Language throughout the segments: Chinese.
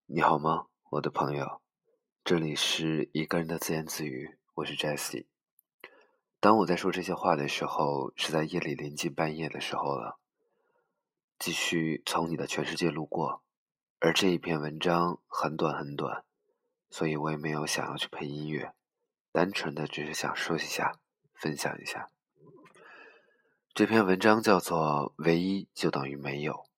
你好吗，我的朋友？这里是一个人的自言自语，我是 Jessie。当我在说这些话的时候，是在夜里临近半夜的时候了。继续从你的全世界路过，而这一篇文章很短很短，所以我也没有想要去配音乐，单纯的只是想说一下，分享一下。这篇文章叫做唯一就等于没有。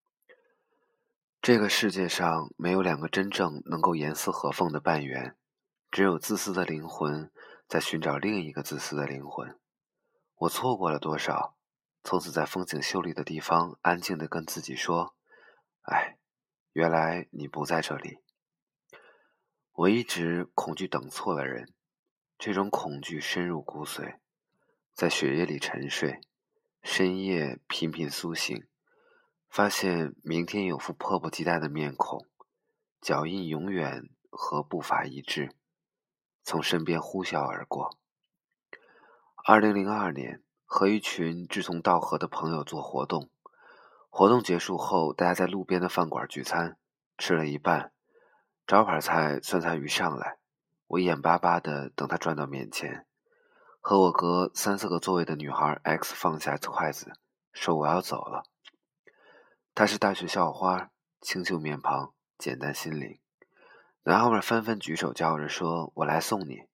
这个世界上没有两个真正能够严丝合缝的半圆，只有自私的灵魂在寻找另一个自私的灵魂。我错过了多少，从此在风景秀丽的地方安静地跟自己说，哎，原来你不在这里。我一直恐惧等错了人，这种恐惧深入骨髓，在血液里沉睡，深夜频频苏醒，发现明天有副迫不及待的面孔，脚印永远和步伐一致，从身边呼啸而过。2002年，和一群志同道合的朋友做活动，活动结束后，大家在路边的饭馆聚餐，吃了一半，招牌菜酸菜鱼上来，我眼巴巴地等它转到面前，和我隔3、4个座位的女孩 X 放下筷子，说我要走了。她是大学校花，清秀面庞，简单心灵。男孩们纷纷举手叫着说，我来送你。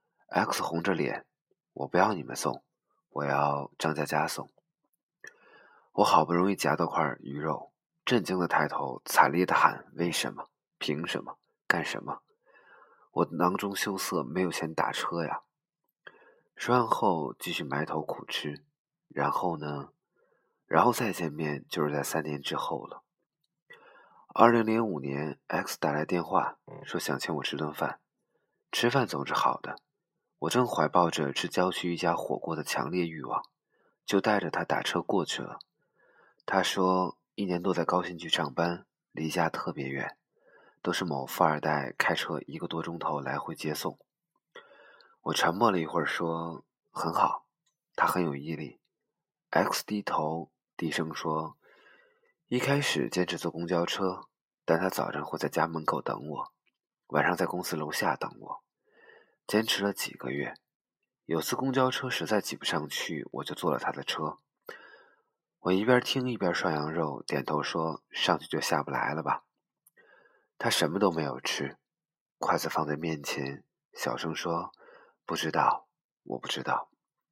X 红着脸，我不要你们送，我要张佳佳送。我好不容易夹到块鱼肉，震惊的抬头，惨烈的喊，为什么？凭什么？干什么？我囊中羞涩，没有钱打车呀。说完后继续埋头苦吃。然后呢？然后再见面就是在3年之后了。2005年 X 打来电话说想请我吃顿饭，吃饭总是好的，我正怀抱着吃郊区一家火锅的强烈欲望，就带着他打车过去了。他说1年多在高新区上班，离家特别远，都是某富二代开车1个多钟头来回接送。我沉默了一会儿说，很好，他很有毅力。 X 低头低声说，一开始坚持坐公交车，但他早上会在家门口等我，晚上在公司楼下等我，坚持了几个月。有次公交车实在挤不上去，我就坐了他的车。我一边听一边涮羊肉，点头说，上去就下不来了吧。他什么都没有吃，筷子放在面前，小声说，不知道，我不知道。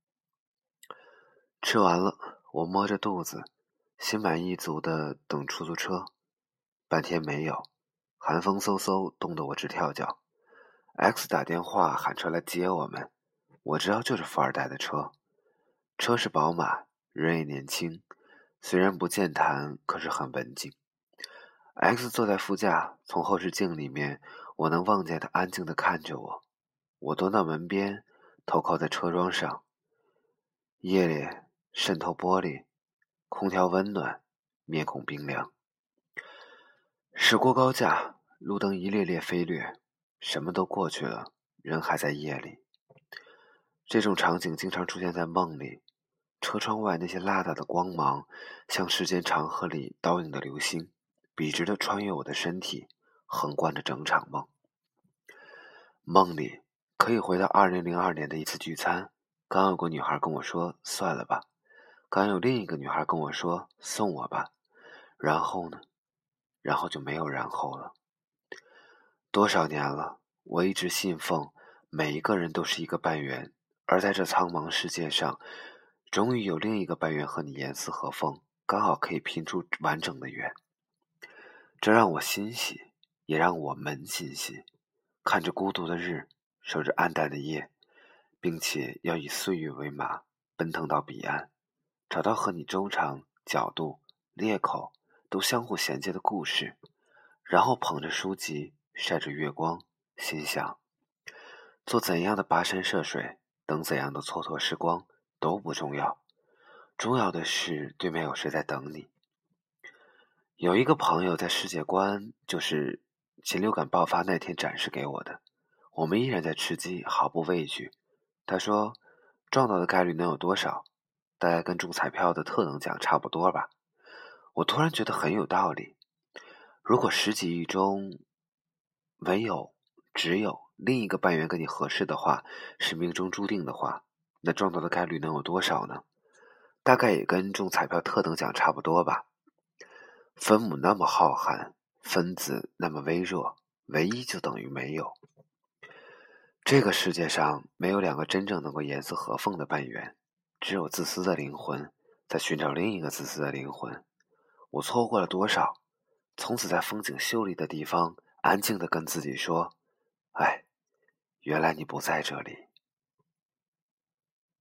吃完了，我摸着肚子，心满意足地等出租车，半天没有，寒风嗖嗖，冻得我直跳脚。X 打电话喊车来接我们，我知道就是富二代的车，车是宝马，人也年轻，虽然不健谈，可是很文静。X 坐在副驾，从后视镜里面，我能望见他安静地看着我。我蹲到门边，头靠在车窗上，夜里渗透玻璃，空调温暖，面孔冰凉。驶过高架，路灯一列列飞掠，什么都过去了，人还在夜里。这种场景经常出现在梦里，车窗外那些辣大的光芒，像时间长河里倒映的流星，笔直地穿越我的身体，横贯着整场梦。梦里可以回到2002年的一次聚餐，刚有个女孩跟我说算了吧，刚有另一个女孩跟我说送我吧，然后呢？然后就没有然后了。多少年了，我一直信奉每一个人都是一个半圆，而在这苍茫世界上，终于有另一个半圆和你严丝合缝，刚好可以拼出完整的圆。这让我欣喜，也让我们欣喜，看着孤独的日，守着暗淡的夜，并且要以岁月为马，奔腾到彼岸，找到和你周长、角度、裂口都相互衔接的故事，然后捧着书籍，晒着月光，心想，做怎样的跋山涉水，等怎样的蹉跎时光都不重要，重要的是对面有谁在等你。有一个朋友在世界观就是禽流感爆发那天展示给我的，我们依然在吃鸡，毫不畏惧。他说，撞到的概率能有多少？大概跟中彩票的特等奖差不多吧。我突然觉得很有道理。如果10几亿中唯有只有另一个半圆跟你合适的话，是命中注定的话，那撞到的概率能有多少呢？大概也跟中彩票特等奖差不多吧。分母那么浩瀚，分子那么微弱，唯一就等于没有。这个世界上没有两个真正能够严丝合缝的半圆，只有自私的灵魂在寻找另一个自私的灵魂。我错过了多少？从此在风景秀丽的地方安静地跟自己说，哎，原来你不在这里。